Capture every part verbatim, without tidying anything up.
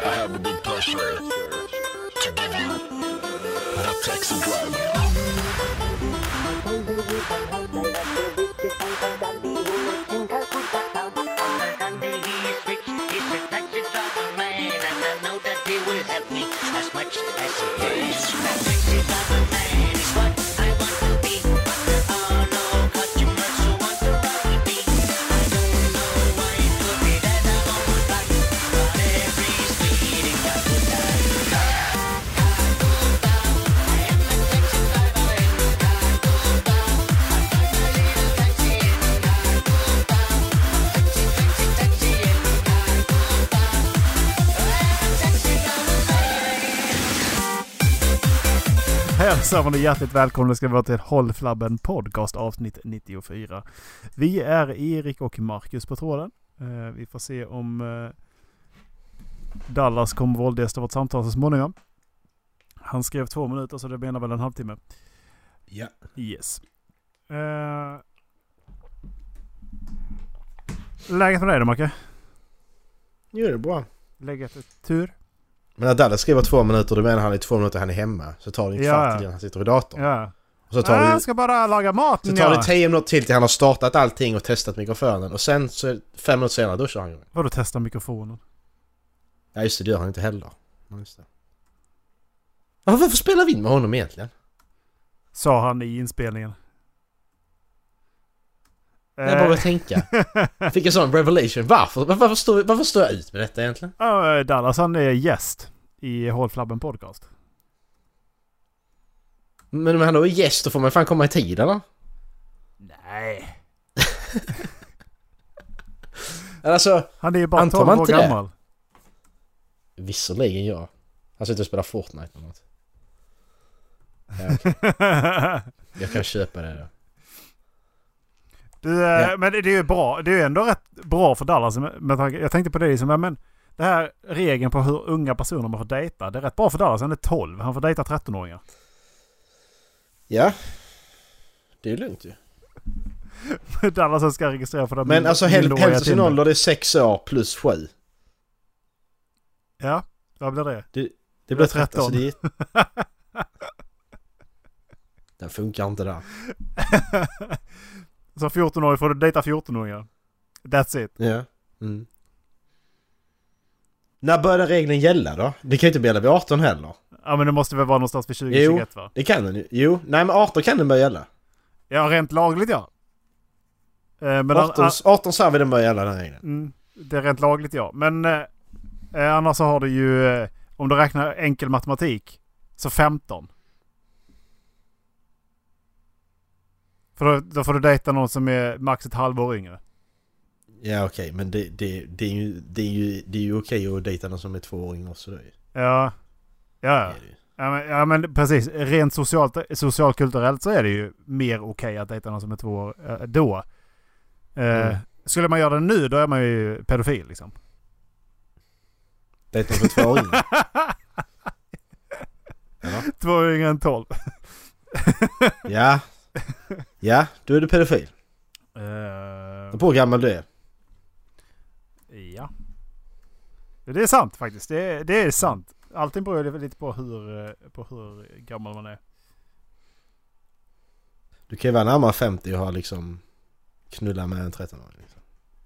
I have the big pleasure to give you the taxi driver. Hälsar och hjärtligt välkomna ska vi vara till Håll Flabben podcast avsnitt nittiofyra. Vi är Erik och Marcus på tråden. Eh, vi får se om eh, Dallas kommer våldgästa vårt samtal så småningom. Han skrev två minuter så det blir väl en halvtimme. Ja. Yes. Eh, läget med dig då, Marcus? Jo, det är bra. Läget ett tur? Men när Dallas skriver två minuter, då menar han i två minuter han är hemma. Så tar det en kvart Ja. till han sitter vid datorn. Ja. Och så tar Nej, det, jag ska bara laga maten. så tar ja. det tio minuter till till han har startat allting och testat mikrofonen. Och sen så är fem minuter senare, då kör han igång. Vadå testa mikrofonen? Ja just det, det gör han inte heller. Ja, just det. Ja, varför spelar vi in med honom egentligen? Sa han i inspelningen. Jag bara började tänka. Jag fick en sån revelation. Varför? Varför, varför, står, varför står jag ut med detta egentligen? Uh, Dallas han är gäst i Håll Flabben podcast. Men om han då är gäst då får man fan komma i tid eller? Nej. Alltså, Han är ju bara antar tolv man år inte det? gammal. Visserligen ja. Han sitter och spelar Fortnite eller något. Ja, okay. Jag kan köpa det då. Du, Ja. Men det är ju bra. Det är ju ändå rätt bra för Dallas. Med tanke, jag tänkte på det liksom, men det här regeln på hur unga personer man får dejta. Det är rätt bra för Dallas. Han är tolv. Han får dejta tretton-åringar. Ja. Det är lugnt ju. Dallas ska registrera för det. Men alltså hälften sin ålder det är sex år plus sju. Ja, vad blir det? Det, det blir tretton. Alltså det är... Den funkar inte där. Så fjorton-åring får du dejta fjorton-åringar. That's it. Ja. Mm. När börjar regeln gälla då? Det kan ju inte gälla vid arton heller. Ja, men det måste väl vara någonstans vid tjugo tjugoett va? Det kan den ju. Jo, nej men arton kan den börja gälla. Ja, rent lagligt ja. Eh, men arton, arton så har vi den börja gälla den regeln. Mm, det är rent lagligt ja. Men eh, annars så har du ju, eh, om du räknar enkel matematik, så femton. För då, då får du dejta någon som är max ett halvår yngre. Ja okej, okay, men det, det, det är ju, det är ju, det är ju okej okay att dejta någon som är två år yngre också då. Ja, ja. Ja men, ja men precis, rent socialt, socialkulturellt så är det ju mer okej okay att dejta någon som är två år eh, då. Eh, mm. Skulle man göra det nu, då är man ju pedofil liksom. Dejta någon för två år yngre? Ja. Två år yngre än tolv. Ja. Ja, då är du pedofil. Uh, och på hur gammal du är. Ja. Det är sant faktiskt. Det är, det är sant. Allting beror lite på hur, på hur gammal man är. Du kan ju vara närmare femtio och ha liksom knulla med en tretton-åring. Liksom.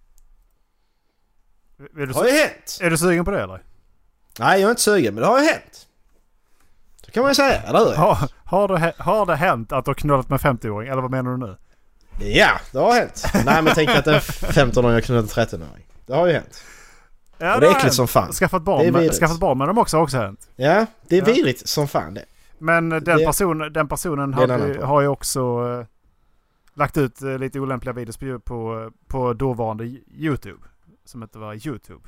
Är du har ju hänt! Är du sugen på det eller? Nej, jag är inte sugen, men det har ju hänt. Så kan man ju säga, eller hur? Ha, har, det, har det hänt att du har knullat med femtio-åring? Eller vad menar du nu? Ja, det har hänt. Nej, men tänk att en femton-åring har knullat en tretton-åring. Det har ju hänt. Ja, och det är äckligt som fan. Skaffat barn, med, skaffat barn med dem också har också hänt. Ja, det är ja. vidrigt som fan det. Men den, det, person, den personen hade, har ju också uh, lagt ut uh, lite olämpliga videos på, på, på dåvarande YouTube. Som inte var YouTube.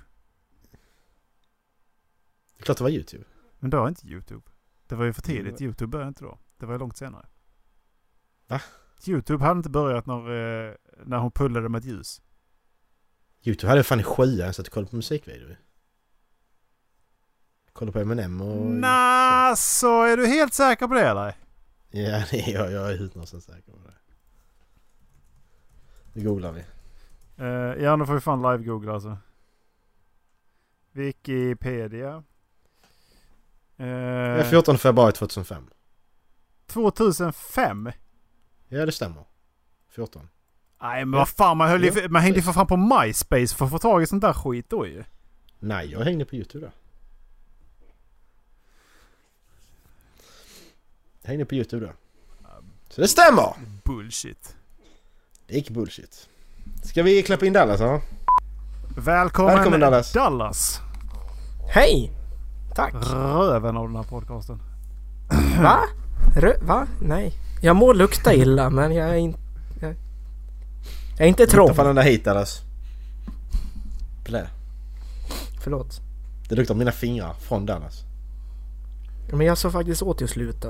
Det är klart det var YouTube. Men det var inte YouTube. Det var ju för tidigt. Mm. YouTube började inte då. Det var ju långt senare. Va? YouTube hade inte börjat när, uh, när hon pullade med ett ljus. YouTube hade fan i sjuan så att du kollade på musikvideor. Kolla på Eminem och... Nja, så är du helt säker på det eller? Ja, det är jag. Jag är hundra säker på det. Nu googlar vi. Uh, ja, nu får vi fan live-googla alltså. Wikipedia. Det Eh, är fjortonde februari tjugohundrafem. tvåtusenfem? Ja, det stämmer. fjorton. Nej, men vad fan, man, höll ju, Ja, man hängde ju precis. för fan på MySpace för att få tag i sånt där skit då ju. Nej, jag hängde på YouTube då. Jag hängde på YouTube då. Så det stämmer! Bullshit. Det gick bullshit. Ska vi klappa in Dallas, va? Välkommen, Välkommen, Dallas. Dallas. Hej! Tack. Röven av den här podcasten. Va? Rö- va? Nej. Jag må lukta illa, men jag är inte... Jag, jag är inte Lukta trång. fan den där hit, Dallas. Blä. Förlåt. Det luktar mina fingrar från Dallas. Men jag sa faktiskt åt dig att sluta.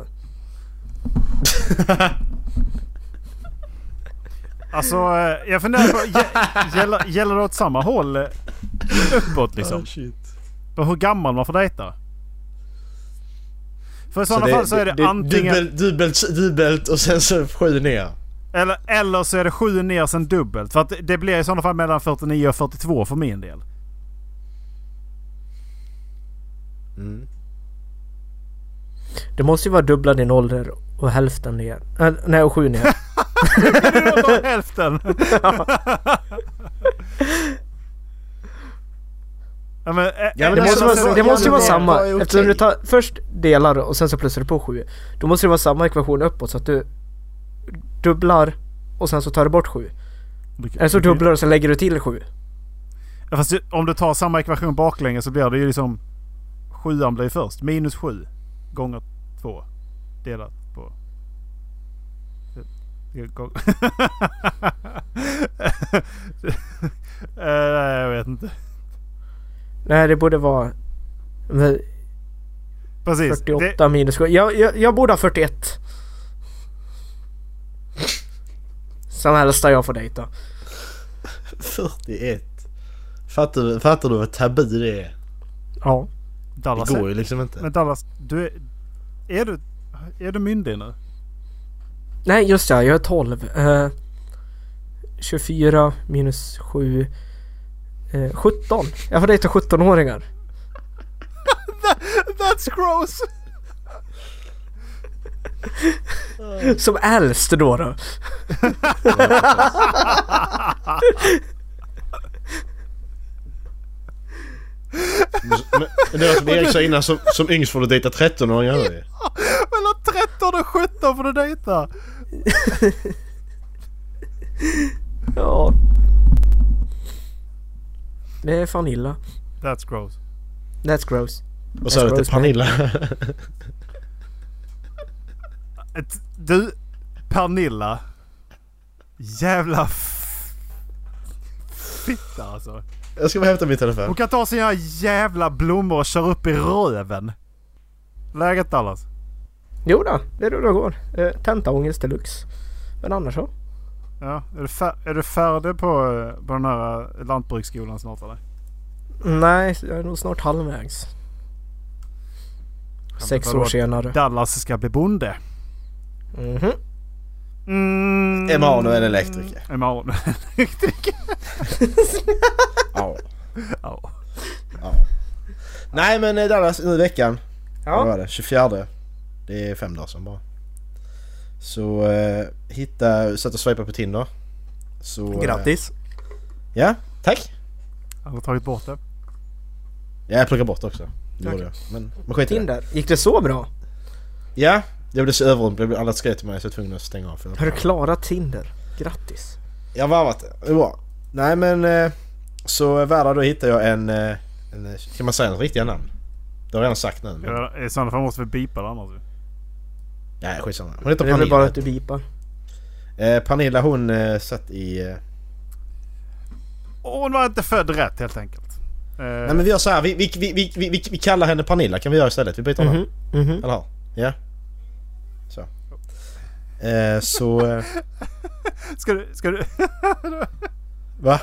Alltså, eh, jag funderar på, gä- gäller, gäller det åt samma håll eh, uppåt liksom? Oh, shit. På hur gammal man får dejta? För i Så sådana det- fall så är det, det- antingen... Dubbelt, dubbelt, dubbelt och sen så sju ner. Eller, eller så är det sju ner sen dubbelt. För att det blir i sådana fall mellan fyrtionio och fyrtiotvå för min del. Mm. Det måste ju vara dubbla din ålder och hälften ner. Äh, nej, och sju ner. Det är bara hälften. Ja, men, ä- Ja, men Det det måste, är så- vara, det måste ju ja, vara det samma. var ju okej. Eftersom du tar först delar och sen så plussar du på sju. Då måste det vara samma ekvation uppåt så att du dubblar och sen så tar du bort sju. Eller så dubblar och sen lägger du till sju. Ja, fast om du tar samma ekvation baklänges så blir det ju liksom... Sjuan blir först. Minus sju gånger två. Delat på... Gång... Eh, Nej, jag vet inte. Nej, det borde vara men Precis. fyrtioåtta minus sju. Jag, jag, jag borde ha fyrtioett. Som helst jag får dejta. fyrtioett. Fattar du, fattar du vad tabu det är? Ja. Dallas, Det går ju liksom inte. men Dallas, du är... Är du, är du myndig nu? Nej, just det. Jag är tolv. Uh, tjugofyra minus sju. Uh, sjutton. Jag får dejta sjutton-åringar. That's gross! Som äldst då då. Men, men det var som Erik sa innan, som, som yngst får du dejta tretton-åringar nu. Mellan tretton och sjutton får du dejta! Ja. Det är fan illa. That's gross. That's gross. Och så är det till Pernilla. Ett, du, Pernilla. Jävla f- fitta alltså. Jag ska bara hämta min telefon. Hon kan ta sina jävla blommor och köra upp i röven. Läget Dallas? Jo då, det är då det går. Uh, Tentaångest deluxe. Men annars så. Ja, är du, fär- är du färdig på, på den här lantbruksskolan snart eller? Nej, jag är nog snart halvvägs. Sex Vadå? år senare. Dallas ska bli bonde. Mhm. Mm. Emanuel elektriker. Emanuel elektriker. Ja. Ja. Ja. Nej men eh, Dallas, nu i veckan. Vad Ja. var det? tjugofjärde. Det är fem dagar sedan bara. Så eh, hitta, satt och swipa på Tinder. Så, eh, Grattis. Ja, tack. Han har tagit bort det. Ja, jag plockade bort också. Det Tack. gjorde jag. Men, men skit i det. Tinder. Gick det så bra? Ja, jag blev så överrumplad. Alla skrev till mig så jag var tvungen att stänga av. För Har du klarat Tinder? Grattis. Jag har varvat det. Det är bra. Nej men eh, så värda då hittade jag en, eh, en... Kan man säga en riktiga namn? Det har jag redan sagt nu. Men... Ja, i sådana fall måste vi bipa det annars. Nej, skitsamma. Hon heter Det är väl Pernilla. bara att du bipar. Eh, Pernilla hon eh, satt i... Eh... Hon var inte född rätt helt enkelt. Eh, Nej men vi gör så här. Vi, vi, vi, vi, vi, vi, vi kallar henne Pernilla. Kan vi göra istället? Vi byter namn. Mhm. Mhm. Eller hur? Ja. Så. Eh, så... Eh... Ska du... Ska du... Va?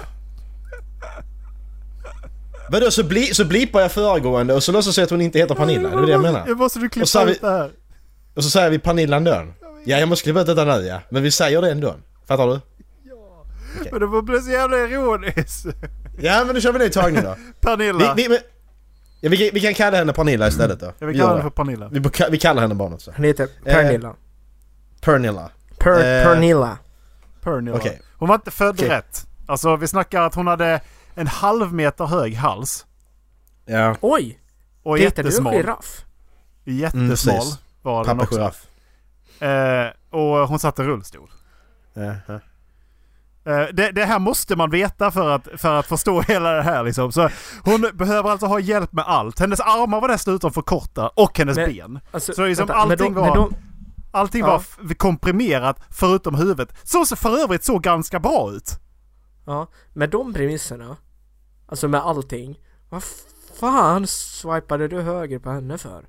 Vadå så, bli, så blipar jag föregående och så låtsas jag att hon inte heter Pernilla. Det är det jag menar. Jag måste du Och klippa så har vi- ut det här. Och så säger vi Pernilla ändå. Ja, jag måste klippa ut detta nu ja. Men vi säger det ändå. Fattar du? Men det får bli så jävla ironiskt. Ja, men då kör vi det i tagning då. Pernilla. Vi, vi, men, Ja, vi, vi kan kalla henne Pernilla istället då. Ja, vi kallar henne för Pernilla. Vi, vi kallar henne barnet så. Han heter Pernilla. Eh, Pernilla. Per, eh, Pernilla. Pernilla. Okay. Hon var inte född Okay. rätt. Alltså vi snackar att hon hade en halv meter hög hals. Ja. Oj! Och Det heter du en jättesmal. giraff? Jättesmal Mm, var den Pappa också. giraff. Eh, och hon satt i rullstol. Uh-huh. Eh, det, det här måste man veta för att, för att förstå hela det här liksom. Så hon behöver alltså ha hjälp med allt. Hennes armar var dessutom för korta och hennes Men, ben. Alltså, Så liksom vänta, allting men då, var... men då, Allting Ja. var f- komprimerat förutom huvudet. Så så för övrigt såg ganska bra ut. ja, med de premisserna, alltså med allting, vad fan swipade du höger på henne för?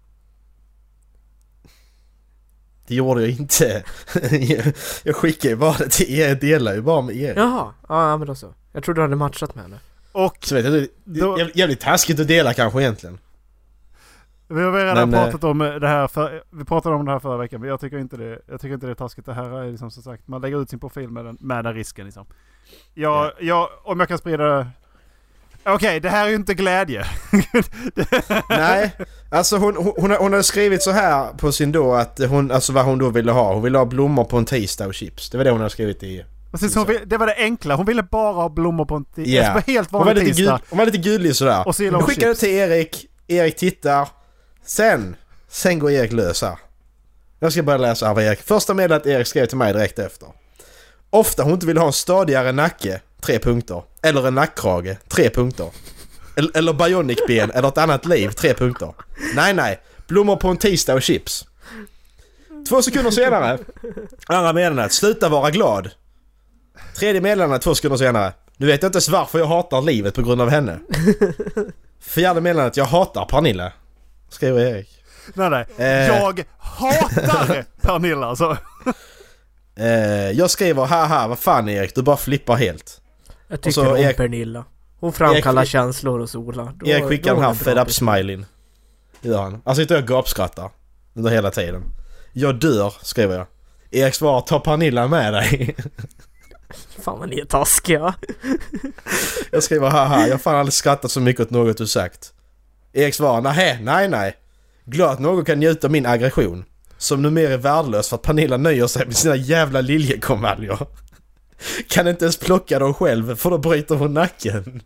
Det gjorde jag inte. Jag skickade ju bara det till er. Jag delar ju bara med er. Jaha, ja men då så. Jag trodde du hade matchat med henne. Och Så vet jag, det Då- är jävligt taskigt att dela kanske egentligen. vi har redan Men, pratat om det här för, vi pratade om det här förra veckan, men jag tycker inte det, jag tycker inte det är taskigt. Det här är liksom som sagt, man lägger ut sin profil med den, med den risken liksom. Jag, jag, om jag kan sprida... Okej, okay, det här är ju inte glädje. Nej, alltså hon, hon, hon, hon hade skrivit så här på sin då att hon, alltså vad hon då ville ha. Hon ville ha blommor på en tisdag och chips. Det var det hon hade skrivit i. Precis, hon vill, det var det enkla. Hon ville bara ha blommor på en tisdag. Yeah. Alltså, helt Hon var, vanlig lite tisdag. gul, hon var lite gullig sådär. Och så gillar hon skickade chips. till Erik. Erik tittar. Sen, sen går Erik lös här. Jag ska börja läsa här vad Erik. Första meddelandet Erik skrev till mig direkt efter. Ofta hon inte vill ha en stadigare nacke, tre punkter. Eller en nackkrage, tre punkter. Eller, eller bionic-ben eller ett annat liv, tre punkter. Nej, nej. Blommor på en tisdag och chips. Två sekunder senare. Andra meddelandet. Sluta vara glad. Tredje meddelandet två sekunder senare. Nu vet jag inte ens varför jag hatar livet på grund av henne. Fjärde meddelandet. Jag hatar Pernilla. Skriver Erik. Nej, nej. Eh. Jag hatar Pernilla alltså. Eh, jag skriver haha, vad fan Erik, du bara flippar helt. Jag tycker så om Erik- Pernilla. Hon framkallar Erik- känslor hos Ola. Då- Erik skickar då den är här det fed bra up smileyn. Det gör han. Han sitter och gapskrattar under hela tiden. Jag dör, skriver jag. Erik svarar, ta Pernilla med dig. Fan vad ni är taskiga. Jag skriver haha, jag har fan aldrig skrattat så mycket åt något du sagt. Erik svarar, nej, nej, nej. Glad att någon kan njuta av min aggression. Som numera är värdelös för att Pernilla nöjer sig med sina jävla liljekonvaljer. Kan inte ens plocka dem själv för då bryter hon nacken.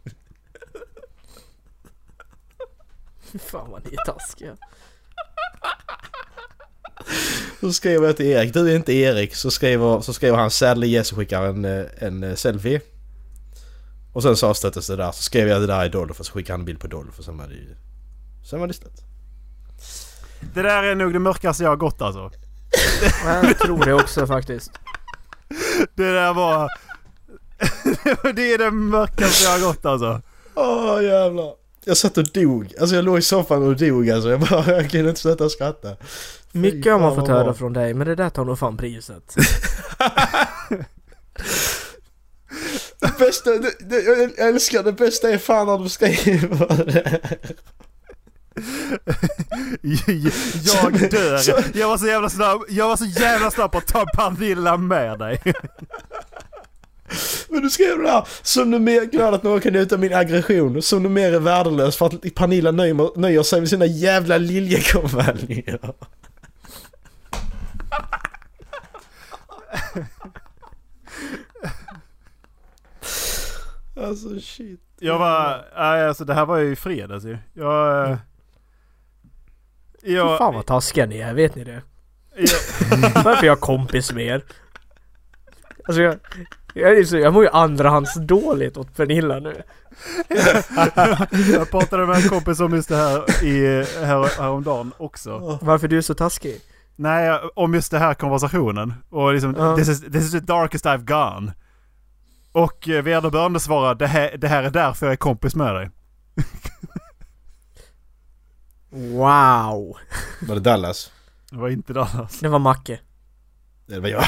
Fan vad ni är taskiga. Så skriver jag till Erik, du är inte Erik. Så skriver, så skriver han sadly yes och skickar en, en selfie. Och sen så avstöttes det där. Så skrev jag det där i Dolph och så skickade han en bild på Dolph och sen var det ju... Sen var det slut. Det där är nog det mörkaste jag har gått alltså. Jag tror det också faktiskt. Det där var... det är det mörkaste jag har gått alltså. Åh jävlar. Jag satt och dog. Alltså jag låg i soffan och dog alltså. Jag bara, jag kunde inte sluta skratta. Mycket har man fan, fått vad höra bra. från dig, men det där tar nog fan priset. Det bästa, det, det, jag älskar det bästa är fan när du skriver det. Jag dör. Så- Jag var så jävla snabb. Jag var så jävla snabb på att ta Pernilla med dig. Men du skrev det där. Som du mer glad att någon kan njuta min aggression. Som du mer är värdelös för att Pernilla nöjer, nöjer sig med sina jävla liljekonvaljer. Alltså shit. Jag var... Nej, alltså det här var ju i fredags ju. Jag... eh, Jag... Fan vad taskiga ni är, vet ni det? jag Varför är jag kompis med er? Alltså jag... Jag, är så, jag mår ju andrahands dåligt åt Pernilla nu. jag pratade med en kompis om just det här i, här, häromdagen också. Varför du är så taskig? Nej, om just det här konversationen. Och liksom, Ja. this, is, this is the darkest I've gone. Och eh, vederbörande svarar, det här, det här är därför jag är kompis med dig. Wow. Var det Dallas? Det var inte Dallas. Det var Macke. Det var jag.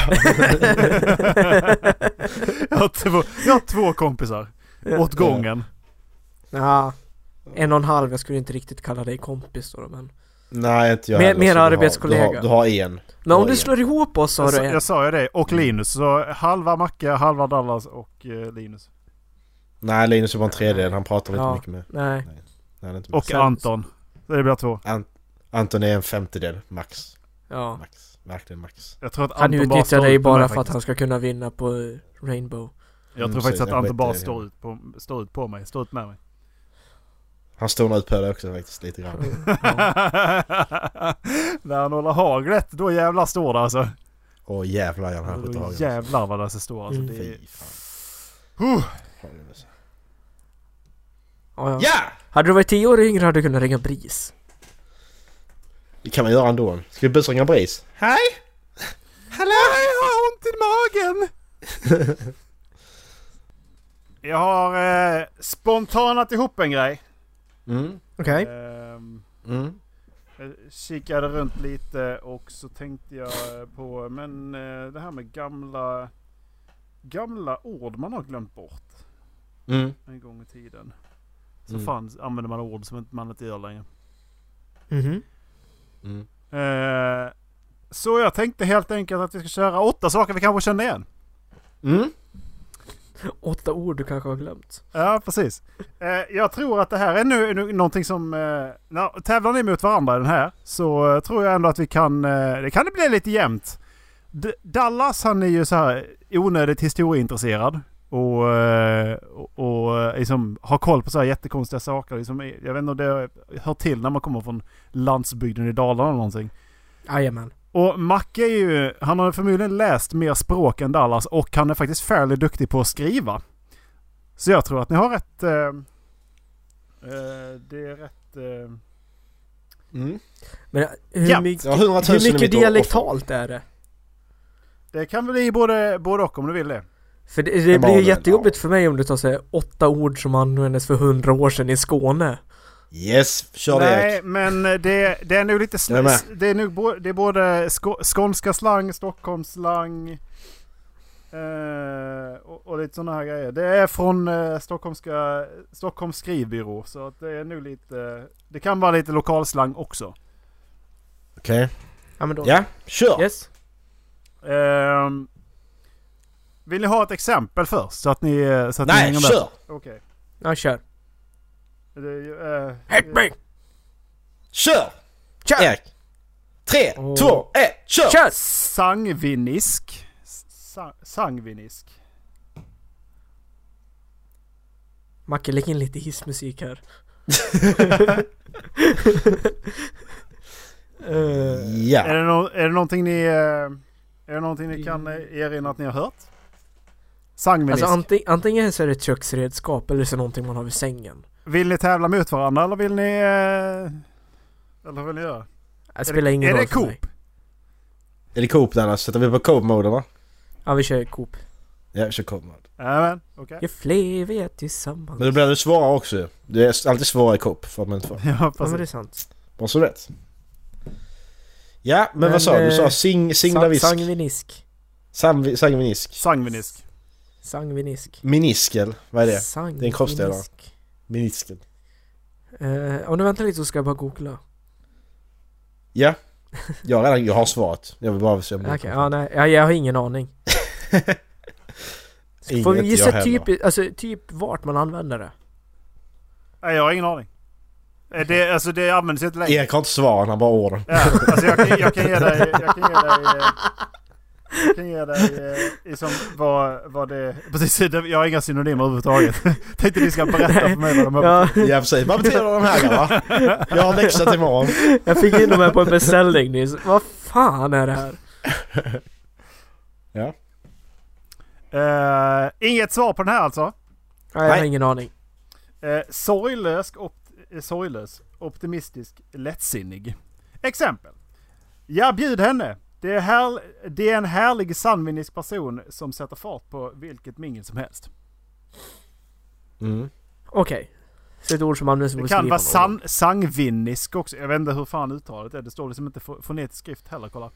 jag, har två, jag har två kompisar. Åt gången. Ja. En och en halv, jag skulle inte riktigt kalla dig kompis då, men... Nej, inte jag Mer- heller, mer så du har- arbetskollega. Du har, du har en. Men om Ja, du ja. slår ihop oss så har Jag, du sa- en. jag sa ju det. Och Linus. Så halva Macke, halva Dallas och eh, Linus. Nej, Linus är bara en tredjedel. Han pratar inte Ja. mycket med. Nej. Nej, det är inte mer. Och Sen- Anton. Så det blir två. An- Anton är en femtedel, max. Ja. Max. Verkligen max. Jag tror att Han Anton bara utnyttjar står dig ut på mig bara för att faktiskt. han ska kunna vinna på eh, Rainbow. Jag Mm, tror faktiskt så att jag Anton skiter bara i det. står ut, på, står ut på mig. Står ut med mig. Han står nog ut på det också faktiskt lite grann. När han håller haglet, då jävlar står det alltså. Åh jävlar, jag har Då skjutit hagen. jävlar vad det står alltså. Mm. Det är... Fy fan. Huh. Ja, ja. Ja! Hade du varit tio år yngre hade du kunnat ringa BRIS. Det kan man göra ändå. Ska vi busringa BRIS? Hej! Hallå! Jag har ont i magen! Jag har eh, spontanat ihop en grej. Mm. Okej. Ehm, Mm. jag kikade runt lite och så tänkte jag på men eh, det här med gamla gamla ord man har glömt bort Mm. en gång i tiden. Så Mm. fan använder man ord som inte man inte gör längre. Mhm. Mm. Eh, så jag tänkte helt enkelt att vi ska köra åtta saker vi kanske känner igen. Mm. Åtta ord du kanske har glömt. Ja, precis. Eh, jag tror att det här är nu, nu någonting som... Eh, när tävlar ni mot varandra i den här så eh, tror jag ändå att vi kan... Eh, det kan det bli lite jämnt. D- Dallas, han är ju så här onödigt historieintresserad. Och, eh, och, och eh, liksom, har koll på så här jättekonstiga saker. Liksom, jag vet inte om det hör till när man kommer från landsbygden i Dalarna eller någonting. Jajamän. Och Macke är ju, han har förmodligen läst mer språk än Dallas och han är faktiskt fairly duktig på att skriva. Så jag tror att ni har rätt... Eh, eh, det är rätt... Eh, Mm. Men hur, Ja, mycket, jag har hundratusen hur i mycket mitt dialektalt är det? det kan väl bli både, både och om du vill det. För det, det Men blir ju vanligt, jättejobbigt för mig om du tar sig åtta ord som användes för hundra år sedan i Skåne. Yes, kör det Nej, Erik. men det, det är nog lite... Jag är med. Sl- det är nog bo, det är både sko, skånska slang, Stockholmsslang eh, och, och lite sådana här grejer. Det är från eh, Stockholmska, Stockholms skrivbyrå så att det är nog lite... Det kan vara lite lokalslang också. Okej. Ja men då. Ja, kör! Yes. Ehm, vill ni ha ett exempel först så att ni, så att ni Nej, hänger med? kör! Okej. Ja, kör. Det är ju, eh, Hit me! Kör! Kör! Erik! Tre, Åh. två, ett, kör! Kör! Sangvinisk. Sa- sangvinisk. Macke, lägg in lite hissmusik här. uh, Ja. Är det, no- är det någonting ni... eh, Är det någonting ni kan eh, erinra att ni har hört? Sangvinisk. alltså antingen, antingen så är det ett köksredskap eller så är det någonting man har vid sängen. Vill ni tävla mot varandra eller vill ni... eh, Eller vad vill ni göra? Det spelar är ingen det, roll är det för mig. Coop? Är det Coop där? Sätter vi på Coop-mode va? Ja, vi kör Coop. Ja, vi kör Coop-mode. Jajamän, okej. Ju fler vi är tillsammans. Men då blir det svårare också. Det är alltid svårare i Coop för att man inte får. Ja, Ja, men det är precis. sant. Bara så rätt. Ja, men, Men, vad sa du? Du sa eh, sing, singlavisk. Sang- Sangvinisk. Sam, sangvinisk. Sangvinisk. Sangvinisk. Miniskel. Vad är det? Sangvinisk. Det är en kroppsdel, va? Miniskel. Uh, om du väntar lite så ska jag bara googla. Ja. Jag har redan, jag har svaret. Jag vill bara se om Okej, okay, ja nej, jag, jag har ingen aning. Inget Får vi jag gissa heller. typ, alltså, typ vart man använder det? Nej, jag har ingen aning. Eh, Det, alltså det används ju inte längre. Erik har inte svar, han har bara orden. Ja, alltså jag kan, jag kan ge dig... Jag kan ge dig... eh, Jag kan ge dig eh, liksom vad, vad det... Precis, jag har inga synonymer överhuvudtaget. Tänkte ni ska berätta för mig vad de har. Ja, Ja precis, vad betyder de här grabbar? Jag har växlat imorgon. jag fick in dem här på en beställning nyss. Vad fan är det här? Ja. Eh, inget svar på den här alltså. Nej, jag har Nej. ingen aning. Eh, sorglös, opt, eh, sorglös, optimistisk, lättsinnig. Exempel. Ja, bjud henne. Det är, här, det är en härlig sangvinisk person som sätter fart på vilket mingel som helst. Mm. Okej. Så ett ord som används för Det att kan beskriva vara någon. san, sangvinisk också. Jag vet inte hur fan uttalet är. Det står liksom inte fo- fonetisk skrift heller, kolla.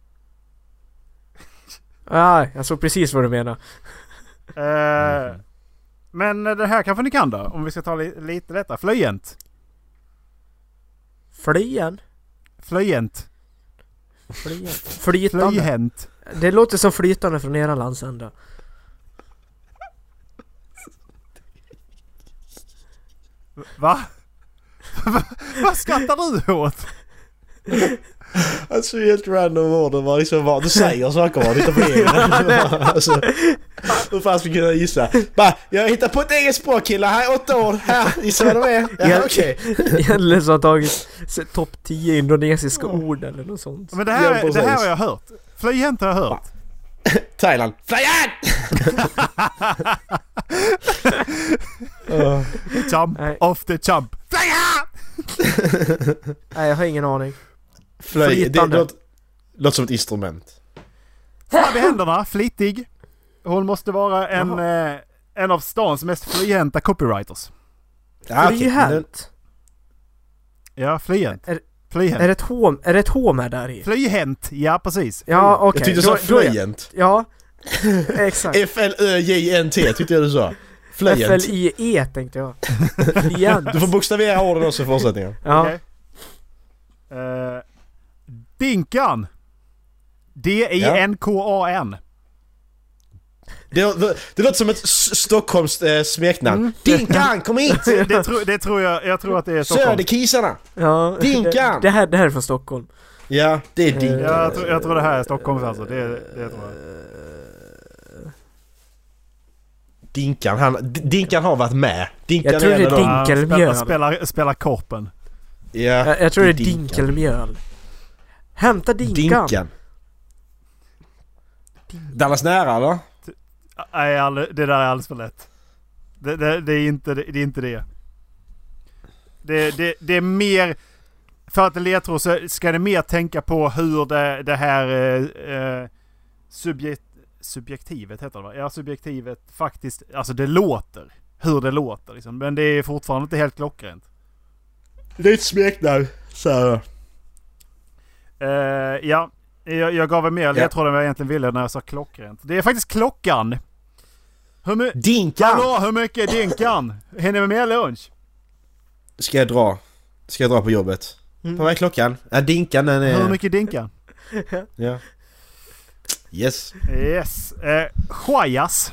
Nej, jag såg precis vad du menar. Eh, Mhm. Men det här kanske ni kan då, om vi ska ta li- lite lättare. Flöjent. Flyen. Flöjent. Flyen. Flytande. Flöjhänt. Det låter som flytande från era landsända. Va? Vad skrattar du åt? Alltså helt random ord. Det var liksom vad du säger saker var lite på egen. Alltså, hur fan ska vi kunna gissa? Bara, jag hittar på ett eget språk killar. Här är åtta år. Här, gissa vad de är. Ja, okej. Egentligen så har tagit topp tio indonesiska ord eller något sånt. Men det här, Ja, det här har jag hört. Flyhänt har jag hört. Thailand. Flyhänt! uh. Jump Nej. off the jump. Flyhänt! Nej, jag har ingen aning. Flyg. Det Flytande. låter, låter som ett instrument. Snabb i händerna, flitig. Hon måste vara en, eh, en av stans mest flyhänta copywriters. Ja, okej, men Flyhänt. Ja, flyhänt. Är, Flyhänt. är det ett H, är det ett H med där i? Flyhänt, ja precis. Ja, okej. Jag tyckte du Då- sa då är- flyent. Ja, exakt. F L Ö J N T tyckte jag du sa. F Flyent. L I E tänkte jag. Flyent. Du får bokstavera orden också i fortsättningen. Ja. Okej. Eh, Dinkan. D I N K A N. Det, det, det låter som ett S- Stockholms eh, smeknamn. Mm. Dinkan, kom hit! Det, tro, det tror jag, jag tror att det är Stockholm. Söderkisarna! Ja. Dinkan! Det här, det här är från Stockholm. Ja, det är Dinkan. Ja, jag, tror, jag tror det här är Stockholm alltså. Det, det tror jag. Dinkan, han, D- Dinkan har varit med. Dinkan Jag tror det är en av dem. Dink- Dinkelmjöl. Ja, spelar, spelar, spelar korpen. Ja, Jag, jag tror det är Dinkan. dinkelmjöl. Hämta dinkan. Dinkan. Dallas nära eller? Nej, all, det där är alldeles för lätt. Det, det, det, är, inte, det, det är inte det. Det, det. det är mer... För att ledtråd så ska det mer tänka på hur det, det här eh, eh, subjekt, subjektivet heter det va? Ja, subjektivet faktiskt, alltså det låter. Hur det låter liksom. Men det är fortfarande inte helt klockrent. Det är ett smeknamn, så. Eh, ja, jag, jag gav er mer ledtråd än vad jag egentligen ville när jag sa klockrent. Det är faktiskt klockan. Hur, my- Dinkan! Hallå, hur mycket är dinkan? Hinner vi med lunch? Ska jag dra? Ska jag dra på jobbet? Mm. På vad är klockan? Ja, Dinkan den är... Hur mycket dinkan? Ja. Yes. Yes. Eh, Chajas.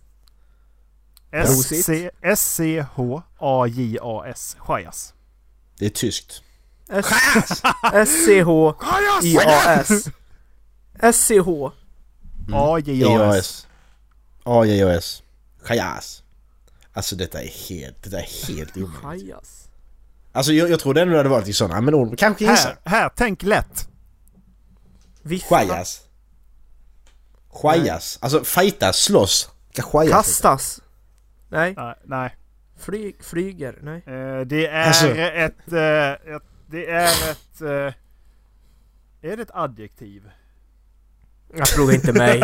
S C H A J A S. Chajas. Det är tyskt. S C H I A S. S C H. A J A S. A J A S. Chajas. Alltså detta är helt, detta är helt omöjligt. Chajas. Alltså jag, jag trodde ändå det hade varit i sådana, men ord kanske gissa. Här, här, tänk lätt. Vifta. Chajas. Chajas. Alltså fightas, slåss. Chajas. Kastas. Nej. Nej, nej. Flyg, flyger. Nej. Eh, det är Alltså. ett, eh, ett... Det är ett... Eh, är det ett adjektiv? Jag frågar inte mig.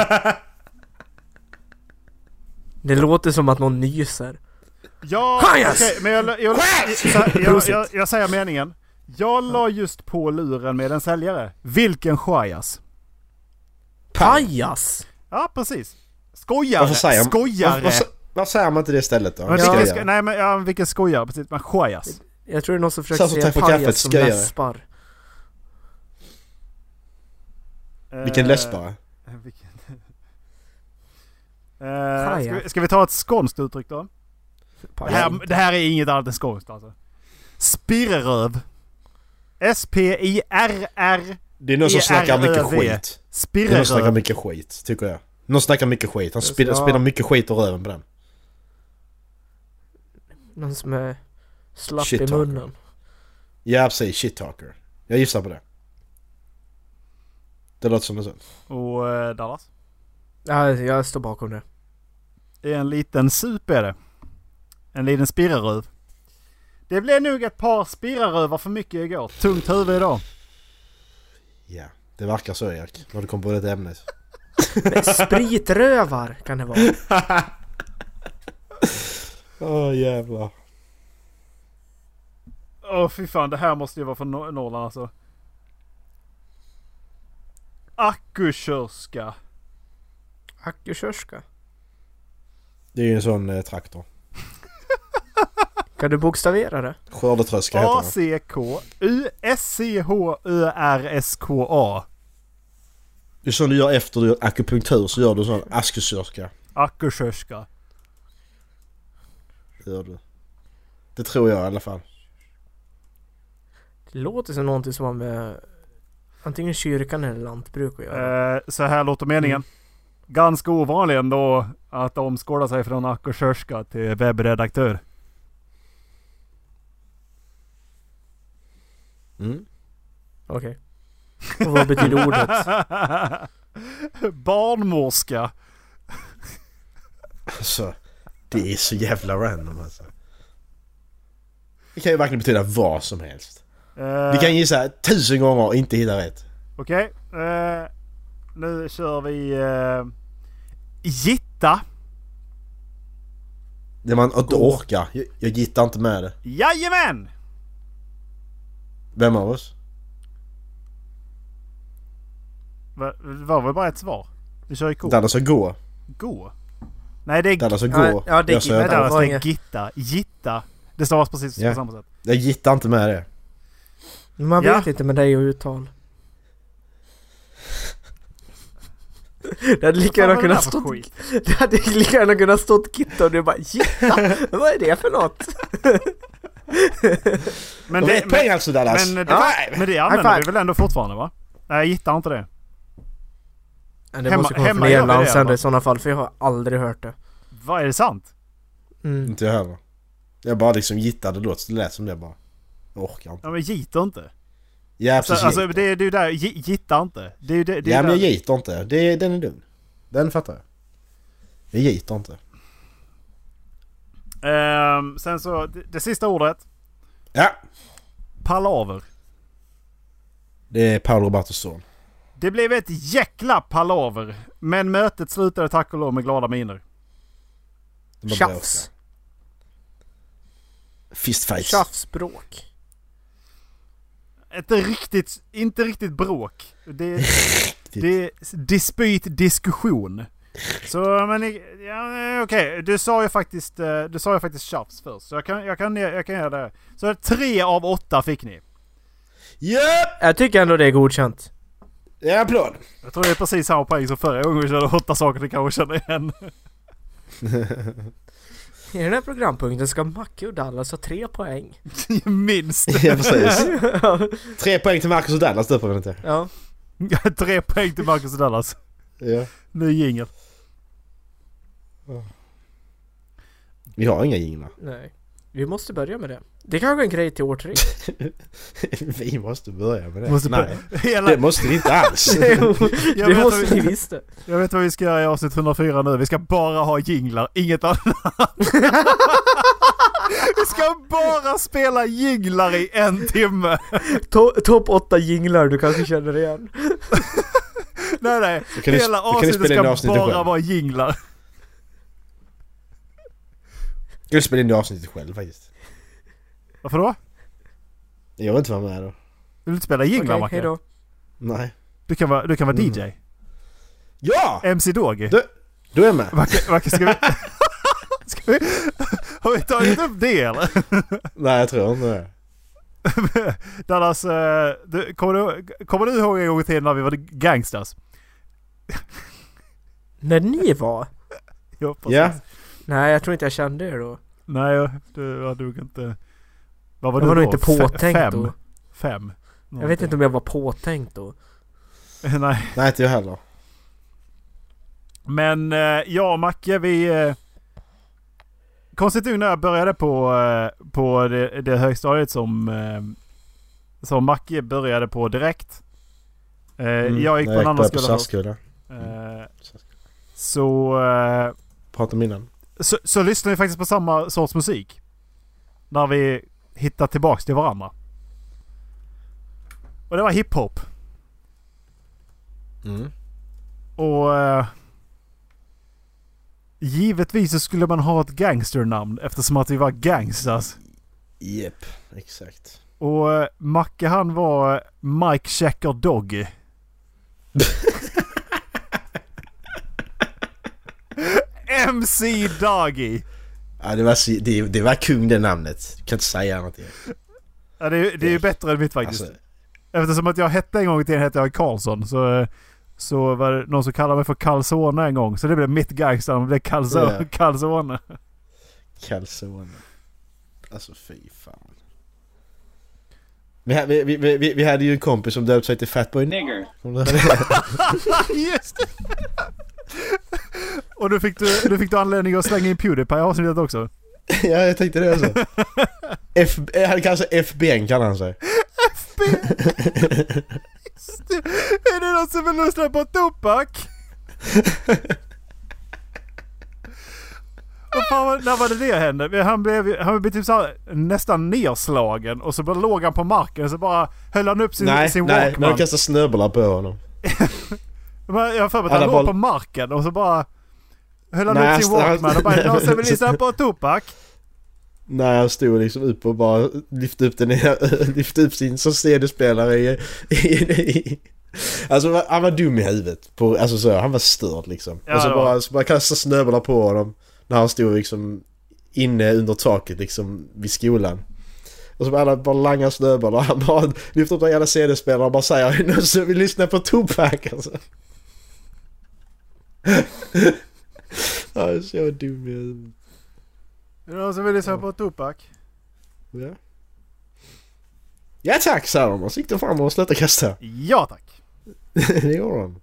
Det låter som att någon nyser. Ja, Chajas! okej, men jag, jag, jag, jag, jag, jag, jag säger meningen. Jag la just på luren med en säljare. Vilken chajas? Pajas. Ja, precis. Skojare. Varför säger, Skojare. Varför, varför, varför säger man inte det istället då? Men Ja. vilken, Skojare. sko- nej men ja, vilken skojare, precis. Men chajas. Jag tror det är någon som försöker Så, så säga tack för kaffet, pajas som skojare. läspar. Vilken Eh, läspare. vilken... Eh, ska, Chajas. vi, ska vi ta ett skånskt uttryck då? Det Pajas. här, det här är inget annat än skånskt alltså. Spirröv. S P I R R Det är någon som snackar mycket E R Ö V. skit. Det är någon som snackar Spirröv. mycket skit, tycker jag. Någon snackar mycket skit. Han spiller, Ja. spiller mycket skit och röven på den. Någon som är slapp Shit i talker. munnen. Ja, precis. Shit talker. Jag gissar på det. Det låter som en sån. Och eh, Dallas. Ja, jag står bakom det. Det är en liten sup är det. En liten spirraröv. Det blev nog ett par spirrarövar för mycket igår. Tungt huvud idag. Ja, det verkar så Erik. När du kom på det ämnet. Men spritrövar kan det vara. Åh oh, jävlar. Åh fy fan, det här måste ju vara från Nor- Norrland alltså. Akkukörska. Akkukörska. Det är ju en sån eh, traktor. Kan du bokstavera det? Skördetröska heter A det. C K U S C H Ö R S K A. Det är som du gör efter du gör akupunktur, så gör du sån askesörska. Akkukörska. Det gör du. Det tror jag i alla fall. Det låter som någonting som har med antingen kyrkan eller lantbruk att göra. Eh, så här låter meningen. Mm. Ganska ovanlig ändå att omskola sig från akkursörska till webbredaktör. Mm. Okej. Okay. Och vad betyder ordet? Barnmorska. Alltså, det är så jävla random alltså. Det kan ju verkligen betyda vad som helst. Uh, Vi kan gissa tusen gånger och inte hitta rätt. Okej. Okay. Uh, nu kör vi uh, gitta. Det man inte orkar. Jag, jag gittar inte med det. Jajamän! Vem av oss? Va, var väl bara ett svar? Vi kör ju gå. Dallas ska gå. Gå? Nej, det är Dallas ska gå. Ja, det är gitta. Nej, Dallas ska gitta. Gitta. Det stavas precis ja. på samma sätt. Jag gittar inte med det. Man ja. vet inte med dig och uttal. Det hade lika gärna kunnat stå. Det hade lika gärna kunnat stått gitta och du bara gitta. Vad är det för något? Men det är pengar alltså Dallas. Men det, ja. men det använder vi väl ändå fortfarande, va? Nej, jag gittar inte det. Men det hemma, måste komma från er landsändare i sådana fall, för jag har aldrig hört det. Vad är det sant? Mm. Inte jag heller. Jag bara liksom gittade låt, det lät som det bara. Jag orkar inte. Ja, men gittar inte. Ja, precis. Alltså, alltså det är ju där, gittar inte. Det är ju det, det är ja, men jag där. gittar inte. Det, den är dum. Den fattar jag. Jag gittar inte. Um, sen så, det, det sista ordet. Ja. Palaver. Det är Paolo Robertos son. Det blev ett jäkla palaver. Men mötet slutade tack och lov med glada miner. Tjafs. Fistfights. Tjafsbråk. Ett riktigt, inte riktigt bråk. Det, det är dispyt diskussion. Så men ja, okej, okay. Du sa ju faktiskt du sa ju faktiskt tjafs först. Så jag kan jag kan jag kan göra det. Så tre av åtta fick ni. Ja! Yep. Jag tycker ändå det är godkänt. Ja, applåd. Jag tror det är precis samma poäng som förra gången vi körde åtta saker ni kanske känner igen. I den här programpunkten ska Macke och Dallas ha tre poäng. Minst. Ja, precis. Tre poäng till Marcus och Dallas, det på den inte. Ja. Tre poäng till Marcus och Dallas. Ja. Nu jingel. Vi har inga jinglar. Nej. Vi måste börja med det. Det kanske är en grej till år tre. Vi måste börja med det. Måste Nej, hela... det måste vi inte alls. Det måste vi visst det. Jag vet vad vi ska göra i avsnitt hundrafyra nu. Vi ska bara ha jinglar, inget annat. Vi ska bara spela jinglar i en timme. To- Topp åtta jinglar du kanske känner igen. Nej, nej. Kan hela du, avsnittet ska avsnitt bara själv. vara jinglar. Jag vill spela in det avsnittet själv faktiskt. Varför då? Jag vill inte vara med då. Vill du inte spela jinglar, okay, Macke? Hejdå. Nej. Du kan vara, du kan vara mm. D J. Ja! M C Doggy. Du, du är med. Macke, Macke, ska vi... ska vi... Har vi tagit upp det eller? Nej, jag tror inte det. Dallas, du, kommer, du, kommer du ihåg en gång till när vi var gangsters? När ni var? Ja, ja. Nej, jag tror inte jag kände er då. Nej, du var nog inte... Vad var jag du var då? nog inte påtänkt Fem? då. Fem? Någonting. Jag vet inte om jag var påtänkt då. Nej. Nej, inte jag heller. Men ja, Macke, vi... Konstigt nog när jag började på, på det, det högstadiet som, som Macke började på direkt. Mm, jag gick på en annan skola. skola. Mm. Så... Prata om innan. Så, så lyssnar vi faktiskt på samma sorts musik. När vi hittar tillbaks till varandra. Och det var hiphop. Mm. Och... Uh, givetvis så skulle man ha ett gangsternamn eftersom att vi var gangsters. Jep, exakt. Och uh, Macke han var Mike Checker Doggy. M C Doggy. Ja, det var, det, det var kung det namnet. Jag kan inte säga annat. Ja, det, är, det är ju bättre än mitt faktiskt. Alltså, eftersom att jag hette en gång i tiden hette jag Karlsson. Så, så var det någon som kallade mig för Calzone en gång. Så det blev mitt gangster. Det blev Calzone. Ja. Calzone. Calzone. Alltså fy fan. Vi, vi, vi, vi, vi hade ju en kompis som döpte sig till Fatboy Nigger. Just det! Och då fick du, då fick du anledning att slänga in PewDiePie i avsnittet också. Ja, jag tänkte det också. F, han kanske F B N kan han säga. F B N! Är det någon som vill lyssna på tobak? Och fan, när var det det hände? Han blev, han blev typ så här, nästan nerslagen och så bara låg han på marken och så bara höll han upp sin, nej, sin nej, Walkman. Nej, man kastar snöbollar på honom. Jag har för mig att han låg bara... på marken och så bara höll han nej, upp sin Walkman och bara är det någon som vill lyssna på tobak? Nej, han stod liksom upp och bara lyfte upp den lyfte upp sin som C D-spelare i, i, i alltså han var dum i huvudet på, alltså så han var störd liksom. Ja, och så då. bara, så bara kastade snöbollar på honom när han stod liksom inne under taket liksom vid skolan. Och så bara alla bara langa snöbollar. Han bara lyfter upp den jävla C D-spelaren och bara säger nu så vi lyssnar på Tupac alltså. Ja, jag så dum i huvudet. Är det någon som vill lyssna på tobak? Ja. Ja tack, sa de och så gick de fram och slutade kasta. Ja tack. Det gjorde de.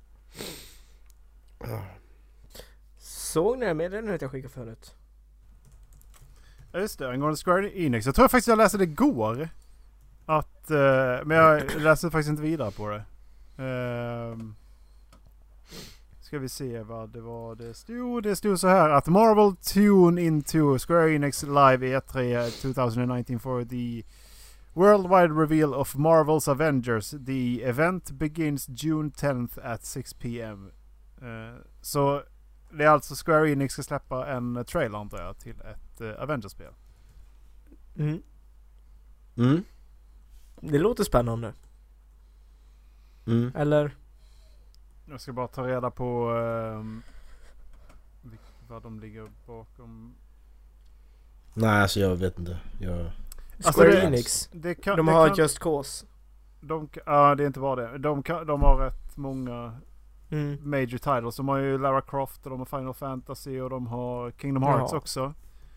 Såg ni det meddelandet jag skickade förut? Ja just det, angående Square Enix. Jag tror faktiskt jag läste det igår. Att, uh, men jag läste faktiskt inte vidare på det. Uh, ska vi se vad det var det stod. Det stod så här att Marvel tune into Square Enix live E tre twenty nineteen for the worldwide reveal of Marvel's Avengers. The event begins June tenth at six p.m. Uh, så det är alltså Square Enix ska släppa en trailer antar jag till ett uh, Avengers-spel. Mm. Mm. Det låter spännande. Mm. Eller? Jag ska bara ta reda på um, vad de ligger bakom. Nej, alltså jag vet inte. Jag... Alltså, Square det- Enix. Det kan, De det har kan, Just Cause. de, ja, det är inte bara det. De, kan, de har rätt många Mm. major titles. De har ju Lara Croft och de har Final Fantasy och de har Kingdom Hearts Ja. också.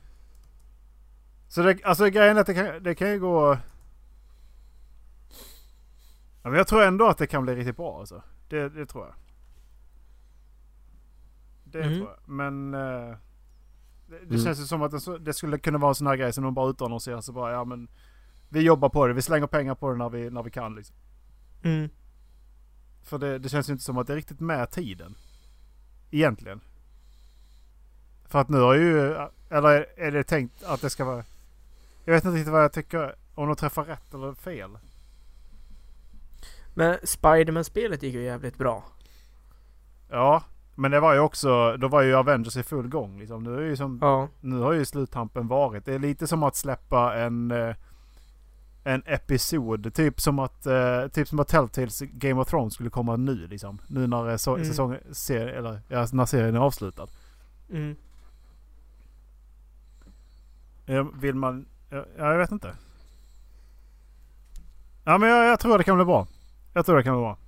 Så det, alltså grejen är att det kan, det kan ju gå... Ja, men jag tror ändå att det kan bli riktigt bra alltså. Det, det tror jag. Det Mm. tror jag. Men... eh, det det Mm. känns ju som att det, så- det skulle kunna vara en sån här grej som de bara utannonserar så bara ja men... Vi jobbar på det. Vi slänger pengar på det när vi, när vi kan liksom. Mm. För det, det känns ju inte som att det är riktigt med tiden. Egentligen. För att nu har ju... Eller är det tänkt att det ska vara... Jag vet inte riktigt vad jag tycker. Om de träffar rätt eller fel. Men Spider-Man-spelet gick ju jävligt bra. Ja. Men det var ju också... Då var ju Avengers i full gång liksom. Nu, är ju som, Ja. nu har ju sluttampen varit. Det är lite som att släppa en... eh, En episod. Typ som att... eh, typ som att Telltales Game of Thrones skulle komma nu liksom. Nu när eh, så, Mm. säsongen... Ser, eller ja, när serien är avslutad. Mm. Ja, vill man... Ja, jag vet inte. Ja, men jag, jag tror det kan bli bra. Jag tror det kan bli bra.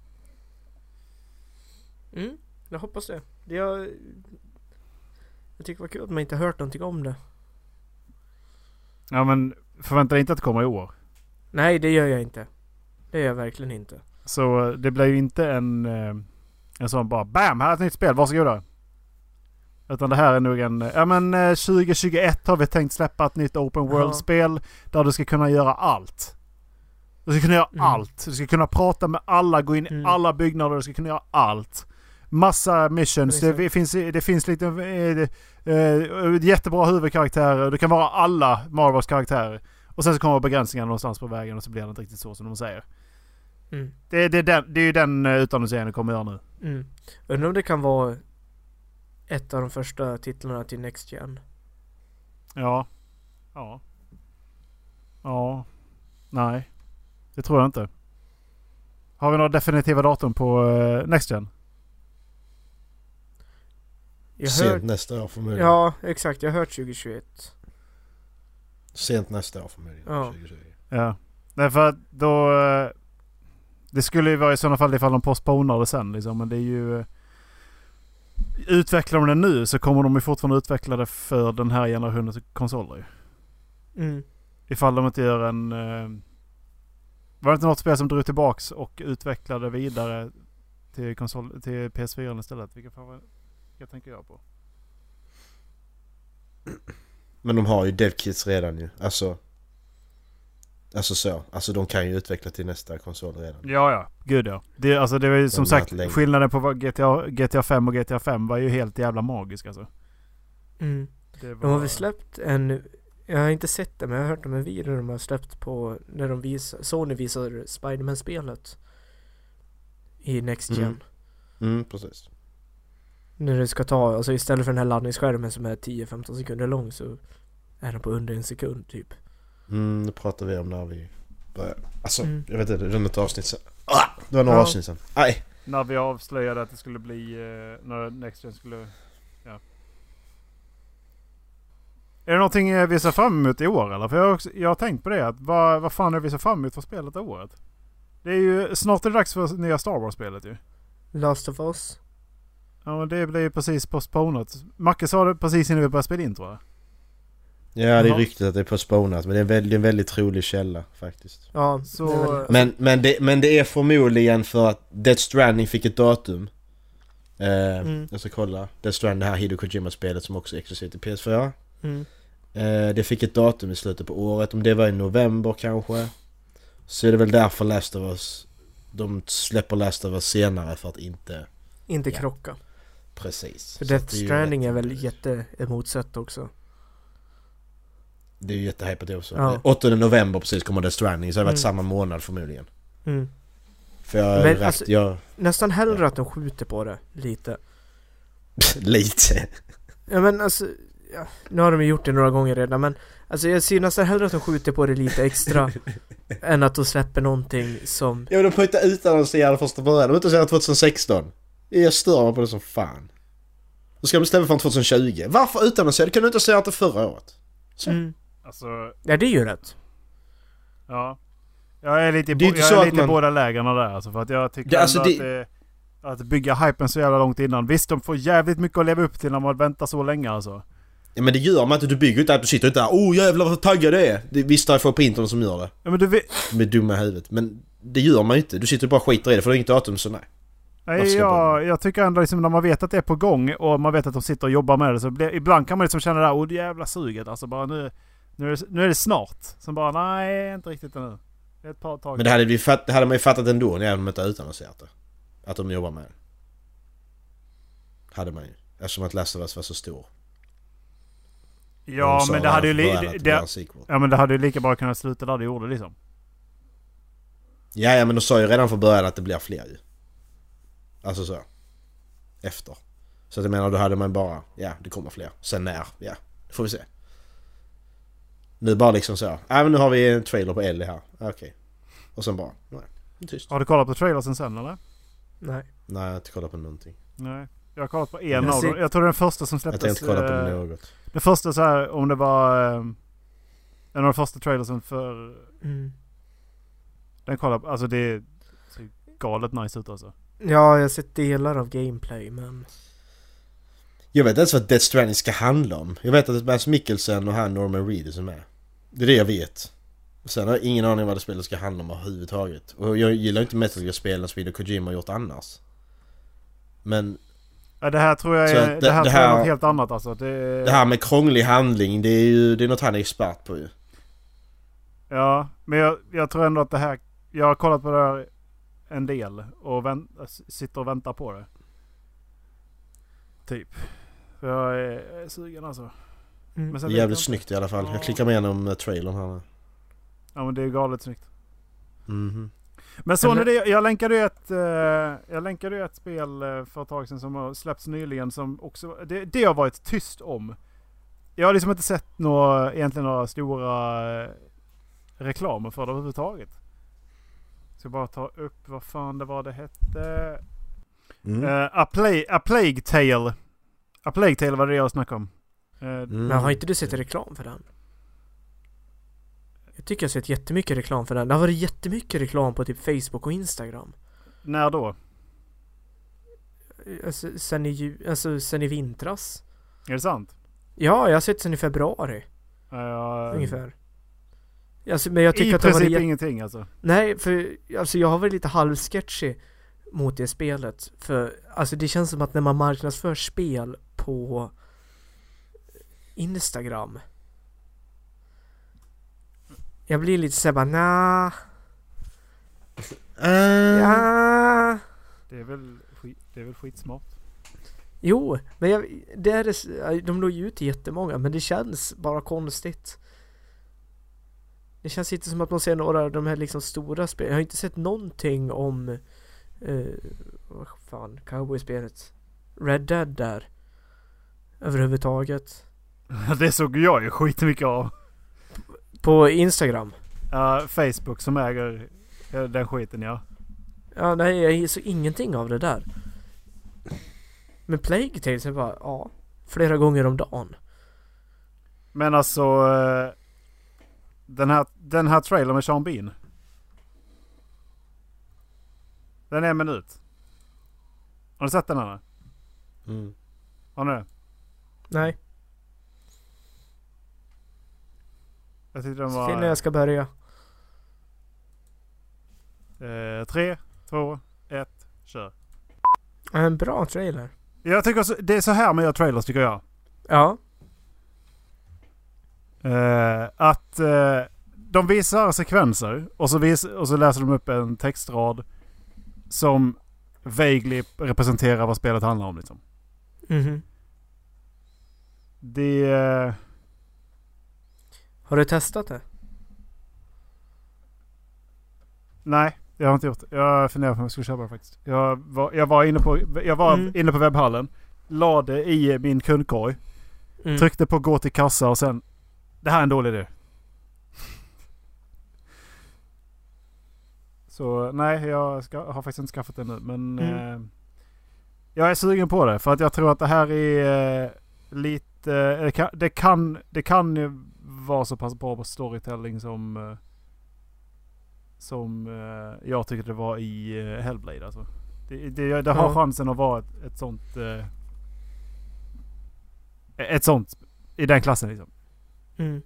Mm. Jag hoppas det. det jag, jag tycker det var kul att man inte hört någonting om det. Ja, men förvänta dig inte att det kommer i år. Nej, det gör jag inte. Det gör jag verkligen inte. Så eh, det blir ju inte en... eh, En sån bara BAM! Här är ett nytt spel. Varsågoda. Utan det här är nog en... Ja, men eh, tjugo tjugoett har vi tänkt släppa ett nytt Open World-spel. Där du ska kunna göra allt. Du ska kunna göra Mm. allt. Du ska kunna prata med alla, gå in i Mm. alla byggnader. Du ska kunna göra allt. Massa missions. Det är Det, finns, det finns lite eh, eh, jättebra huvudkaraktärer. Du kan vara alla Marvels karaktärer. Och sen så kommer begränsningar någonstans på vägen och så blir det inte riktigt så som de säger. Mm. Det, det, är, den, det är ju den uh, utannonseringen de kommer göra nu. Mm. Undrar om det kan vara ett av de första titlarna till Next Gen. Ja. Ja. Ja. Nej. Det tror jag inte. Har vi några definitiva datum på uh, Next Gen? Jag Sent hör... nästa år förmodligen. Ja, exakt. Jag har hört tjugo tjugoett. Sent nästa år förmodligen. Ja. tjugo tjugo. Ja. Därför att då... Uh, det skulle ju vara i sådana fall ifall de postponar det sen liksom. Men det är ju... Uh, utvecklar de det nu så kommer de ju fortfarande utveckla det för den här generationens konsoler ju. Mm. Ifall de inte gör en... Uh, Var det inte något spel som drog tillbaks och utvecklade vidare till, konsol, till P S fyra istället? Vilka, vilka tänker jag på? Men de har ju devkits redan ju. Alltså... Alltså så. Alltså de kan ju utveckla till nästa konsol redan. Ja, ja. Gud ja. Det, alltså, det var ju som de sagt skillnaden på G T A, G T A fem och G T A fem var ju helt jävla magisk alltså. Mm. Det var... De har väl släppt en... Jag har inte sett det, men jag har hört om en video de har släppt på när de visar, Sony visar Spider-Man-spelet i Next Gen. Mm. Mm, precis. När det ska ta, alltså istället för den här laddningsskärmen som är tio femton sekunder lång så är den på under en sekund typ. Mm, det pratar vi om när vi börjar. Alltså, Mm. jag vet inte, det var något avsnitt sen. Ah, det var några Ja. avsnitt sen. Aj. När vi avslöjade att det skulle bli... Eh, när Next Gen skulle... Ja. Är det någonting eh, vi ser fram emot i år eller? För jag har, också, jag har tänkt på det. Att vad, vad fan är vi så fram emot för spelet i året? Det är ju snart är det dags för nya Star Wars-spelet ju. Last of Us. Ja, men det blir ju precis postponat. Macke sa det precis innan vi började spela in tror jag. Ja, det är Jaha. ryktet att det är postponat, men det är en väldigt, en väldigt trolig källa faktiskt. Ja, Så- det är väl- Men, men, det, men det är förmodligen för att Death Stranding fick ett datum. Eh, Mm. Jag ska kolla. Death Stranding, det här Hideo Kojima-spelet som också är exklusivt i P S fyra. Mm. Eh, det fick ett datum i slutet på året. Om det var i november kanske. Så är det väl därför Last of Us... De släpper Last of Us senare för att inte... Inte Ja. krocka. Precis. För Så Death att det är ju Stranding rätt- är väl jätte emotsett också. Det är ju jättehypat det också. Ja. åttonde november precis kommer Death Stranding. Så det har varit Mm. samma månad förmodligen. Mm. För jag är Men rätt... alltså- Jag... Nästan hellre att de skjuter på det lite. Lite. Ja men alltså, ja, nu har de ju gjort det några gånger redan, men alltså jag ser nästan hellre att de skjuter på det lite extra än att de släpper någonting som... Ja, men de får inte utannonsera det första början. De utannonserar tjugo sexton. Jag stör mig på det som fan. Då ska de bestämma från tjugo tjugo. Varför utannonsera? Kan du inte säga att det förra året? Så. Mm. Alltså, Ja, det är ju rätt. ja. Jag är lite i, Det är bo- inte jag så är att lite man- i båda lägena där alltså, för att jag tycker Det- alltså ändå det- att, det, att bygga hypen så jävla långt innan. Visst, de får jävligt mycket att leva upp till när man väntar så länge alltså. Ja, men det gör man inte. Du bygger inte att du sitter inte där. Oh jävlar vad taggad det är. Det, visst har jag folk på internet som gör det. Ja, men du vet... De är dumma i huvudet. Men det gör man ju inte. Du sitter bara och skiter i det för det är inget datum så nej. Nej, Varför ska jag, jag tycker ändå liksom när man vet att det är på gång och man vet att de sitter och jobbar med det så blir, ibland kan man liksom känna det här, oh det jävla suget alltså bara nu, nu, är det, nu är det snart. Som bara, nej inte riktigt ännu. Det är ett par tag. Men det hade, vi fatt, det hade man ju fattat ändå även om de inte utannonserat det. Att de jobbar med det. Hade man ju. Eftersom att Last of Us var så stor. Ja, De sa men det hade ju från början li, att det, det var en det, sequel. ja, men det hade ju lika bra kunnat sluta där det gjorde liksom. Ja, ja, men de sa ju redan från början att det blir fler ju. Alltså så. Efter. Så att jag menar, då hade man bara, ja, det kommer fler. Sen när, ja, det får vi se. Nu bara liksom så. Ja, men nu har vi en trailer på Ellie här. Okej. Och sen bara, nej, det är tyst. Har du kollat på trailersen sen eller? Nej. Nej, jag har inte kollat på någonting. Nej. Jag har kollat på en Jag av ser- dem. Jag tror det är den första som Jag släpptes. tänkte kolla på eh, något. Den första så här, om det var eh, en av de första trailersen för Mm. den kollar, alltså det ser galet nice ut alltså. Ja, jag har sett delar av gameplay, men... Jag vet inte ens vad Death Stranding ska handla om. Jag vet att det är Mads Mikkelsen och han Norman Reedus som är. Det är det jag vet. Sen har jag ingen aning vad det spelet ska handla om överhuvudtaget. Och jag gillar inte Metal Gear-spelen som Hideo Kojima har gjort annars. Men Ja, det här tror jag Så är, att det, det- här det tror jag är här- något helt annat alltså. Det, det här med krånglig handling, det är ju det är något han är expert på ju. Ja, men jag, jag tror ändå att det här, jag har kollat på det här en del och vänt, sitter och väntar på det. Typ. För jag är, är sugen alltså. Mm. Men Det sen är vet jävligt jag inte. snyggt i alla fall. Ja. Jag klickar mig igenom uh, trailern här nu. Ja, men det är galet snyggt. Mhm. Men så Eller- när det, jag länkade ju ett, eh, jag länkade ju ett spel eh, för ett tag sedan som har släppts nyligen som också, det, det har varit tyst om. Jag har liksom inte sett några, egentligen några stora eh, reklamer för det överhuvudtaget. Så jag bara ta upp vad fan det var det hette. Mm. Eh, A, Pla- A Plague Tale. A Plague Tale var det jag snackade om. Eh, Mm. Men har inte du sett reklam för den? Jag tycker jag har sett jättemycket reklam för den. Det har varit jättemycket reklam på typ Facebook och Instagram. När då? Alltså sen i, ju- alltså, sen i vintras. Är det sant? Ja, jag har sett sen i februari Eh, ungefär. Alltså, men jag tycker I att det var princip jät- ingenting alltså. Nej, för alltså jag har varit lite halvsketchy mot det spelet. För alltså det känns som att när man marknadsför spel på Instagram, jag blir lite såhär bara, nah, Uh, ja. Det är väl, skit, det är väl skitsmart. Jo, men jag, det är det, de låg ju ut jättemånga, men det känns bara konstigt. Det känns inte som att man ser några av de här liksom stora spel. Jag har inte sett någonting om eh, vad fan, cowboy-spelet Red Dead där överhuvudtaget. Det såg jag ju skitmycket av. På Instagram. Ja, Facebook som äger eh, den skiten, ja. Ja, nej, jag såg ingenting av det där. Men Plague Tales är bara, ja, flera gånger om dagen. Men alltså eh, den här, den här trailern med Sean Bean. Den är en minut. Har du sett den här? mm. Har ni det? Nej, Jag tyckte den så var... finner jag ska börja. Eh, tre, två, ett, kör. En bra trailer. Jag tycker också, det är så här man gör trailers tycker jag. Ja. Eh, att eh, de visar sekvenser och så, vis, och så läser de upp en textrad som vaguely representerar vad spelet handlar om liksom. Mhm. Det... Eh, Har du testat det? nej, jag har inte gjort det. Jag funderar på om jag skulle köpa det faktiskt. Jag var, jag var, inne, på, jag var Mm. inne på webbhallen, la det i min kundkorg, Mm. tryckte på gå till kassa och sen det här är en dålig idé. Så nej, jag ska, har faktiskt inte skaffat det nu. Men Mm. eh, jag är sugen på det. För att jag tror att det här är eh, lite... Eh, det, kan, det, kan, det kan ju vara så pass bra på storytelling som... Eh, som eh, jag tycker det var i eh, Hellblade. Alltså. Det, det, det har Ja. chansen att vara ett, ett sånt... Eh, ett sånt i den klassen liksom. Mm.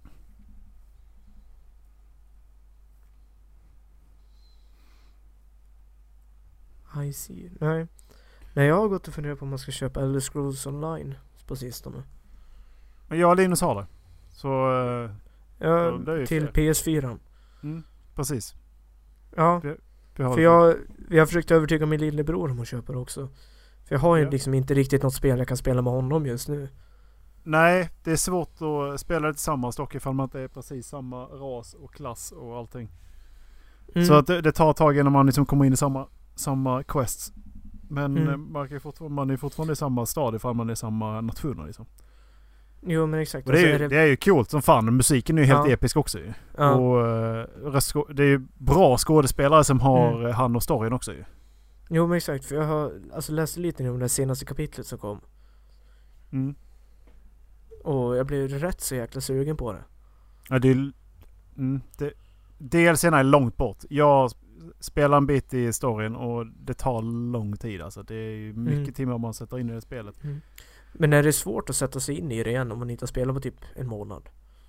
I see. Nej. Nej, jag har gått och funderat på om man ska köpa Elder Scrolls Online på sistone. Men jag och Linus har det. Så eh, Ja, Ja, det är ju till fair. P S fyra. mm, precis. Ja, Vi har för det. jag, jag har försökt övertyga min lillebror om att köpa det också. För jag har ju Ja. liksom inte riktigt något spel jag kan spela med honom just nu. Nej, det är svårt att spela det tillsammans dock ifall man inte är precis samma ras och klass och allting. Mm. Så att det, det tar ett tag innan man liksom kommer in i samma, samma quests. Men Mm. eh, man, kan ju fortfarande, man är fortfarande i samma stad ifall man är i samma nationer liksom. Jo, men exakt. Och det, är Alltså, ju, det är ju coolt som fan. Musiken är ju helt Ja. episk också ju. Ja. Och eh, röstskå- det är ju bra skådespelare som har Mm. eh, hand om storyn också ju. Jo, men exakt. För jag har alltså läst lite nu om det senaste kapitlet som kom. Mm. Och jag blev rätt så jäkla sugen på det. Ja, det är... Mm, det, D L C:na är långt bort. Jag spelar en bit i storyn och det tar lång tid alltså. Det är ju mycket Mm. timmar man sätter in i det spelet. Men är det svårt att sätta sig in i det igen om man inte har spelat på typ en månad?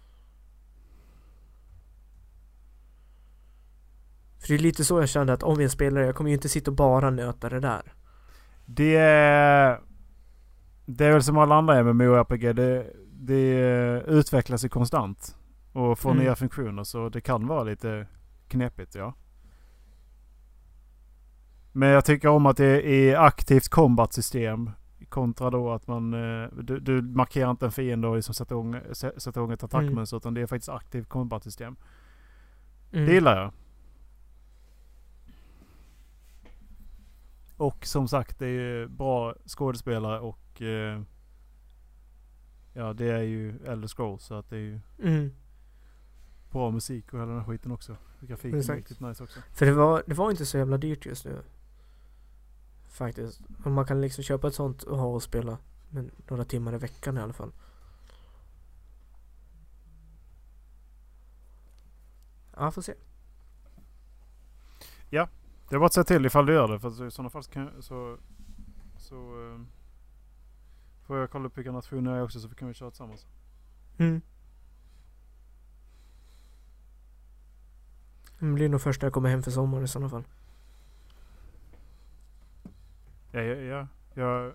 För det är lite så jag kände att om jag spelar, jag kommer ju inte sitta och bara nöta det där. Det är... Det är väl som alla andra MMORPG. Det, det utvecklas ju konstant. Och får Mm. nya funktioner. Så det kan vara lite knepigt, ja. Men jag tycker om att det är aktivt combat-system. Kontra då att man... eh, Du, du markerar inte en fiende och liksom sätter igång, sä- sätter igång ett attackmönster. Utan det är faktiskt aktivt combat-system. Mm. Det gillar jag. Och som sagt, det är bra skådespelare och eh, ja, det är ju Elder Scrolls så att det är ju Mm. bra musik och hela den här skiten också. Grafiken är Exakt. riktigt nice också. För det var, det var inte så jävla dyrt just nu. Faktiskt. Och man kan liksom köpa ett sånt och ha och spela men några timmar i veckan i alla fall. Ja, får se. Det är bara att säga till ifall du gör det för i sådana fall så, kan, så, så eh, får jag kolla upp vilka nationer jag är också så kan vi köra tillsammans. Mm. Det blir nog först när jag kommer hem för sommaren i sådana fall. Ja, ja, ja. Jag,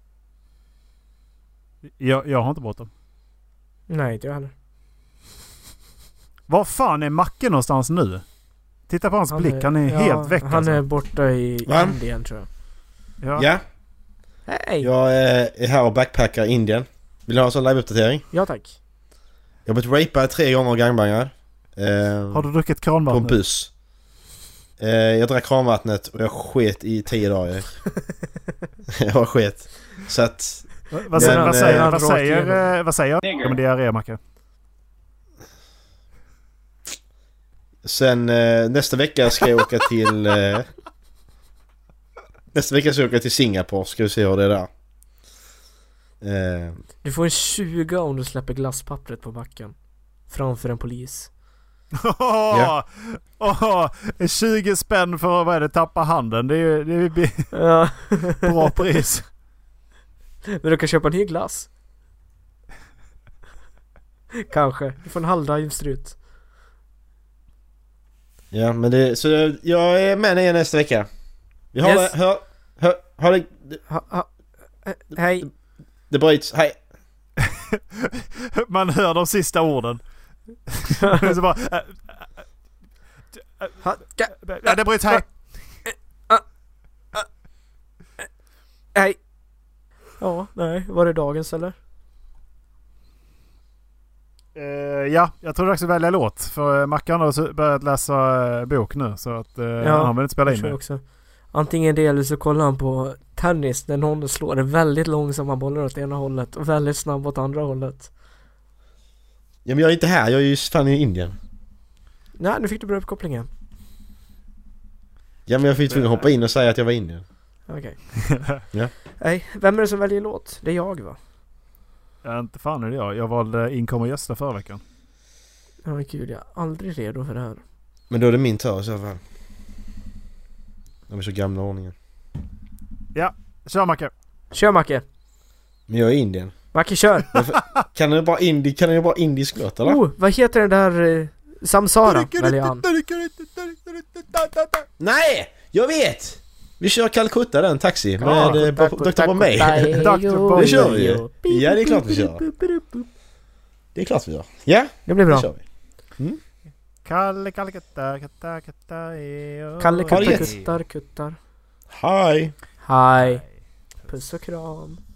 jag, jag har inte bråttom. Nej, inte jag heller. Var fan är Macke någonstans nu? Titta på hans Han blick, är- han är ja, helt väck Han alltså. är borta i Va? Indien tror jag. Ja. Ja, Hej! jag eh, är här och backpackar i Indien. Vill du ha en sån live-uppdatering? Ja tack. Jag har blivit rapad tre gånger och gangbangad. Eh, Har du druckit på en kranvatten? buss. Eh, jag drack kranvattnet och jag sket i tio dagar. Erik. Jag sket. Så att... Va- Vad Men, säger, vad eh, säger, vad rakt säger, igenom. eh, vad säger jag med diarré, Macke? Sen eh, nästa vecka ska jag åka till... Eh, nästa vecka ska jag åka till Singapore. Ska vi se hur det är där. Eh, Du får en tjugo om du släpper glasspappret på backen. Framför en polis. Åh, åh, tjugo spänn för vad är det, tappa handen. Det är ju det är ju Ja. bra pris. Men du kan köpa en ny glass. Kanske. Du får en halvdaimstrut. ja, men det... Så jag, jag är med er nästa vecka. Vi har Yes. det... Hör, hör, har det... Ha, ha. Eh, hej. Det bryts. Hej. Man hör de sista orden. Så bara, äh, Ha, ga, ja, det bryts, hej. hej. Ja, nej. Var det dagens eller? Eh, ja, jag tror det är dags att välja låt. För Mackan har så- börjat läsa eh, bok nu. Så att eh, han vill inte spela jag in tror det. också. Antingen det eller så kollar han på tennis när någon slår en väldigt långsamma bollar åt ena hållet och väldigt snabb åt andra hållet. Ja, men jag är inte här. Jag är ju fan i Indien. Nej, nu fick du bra uppkopplingen. Ja, men jag fick tvungen att hoppa in och säga att jag var i Indien. Okej. Ja. Nej, vem är det som väljer låt? Det är jag va? Ja, inte fan är det jag. Jag valde inkom och gästa förra veckan. Ja, gud, jag är aldrig redo för det här. Men då är det min tur i så fall. De är så gamla ordningen. Kör Macke. Kör Macke! Men jag är i Indien. Macke, kör! Kan det bara indi, kan det bara indisk låt eller? Oh, vad heter den där eh, Samsara? Väljer han. Nej! Jag vet! Vi kör Calcutta den taxi med Ja, eh, tack, doktor tack, Bombay. tack. doktor Bombay. Det kör vi ju. Ja, det är klart vi kör. Det är klart vi gör. Ja, Det blir det bra. kör vi. Kalle, Kalle, katta, katta, katta, eo. Kalle Ha det kuttar gött. kuttar kuttar. Hej! Hej. Puss och kram.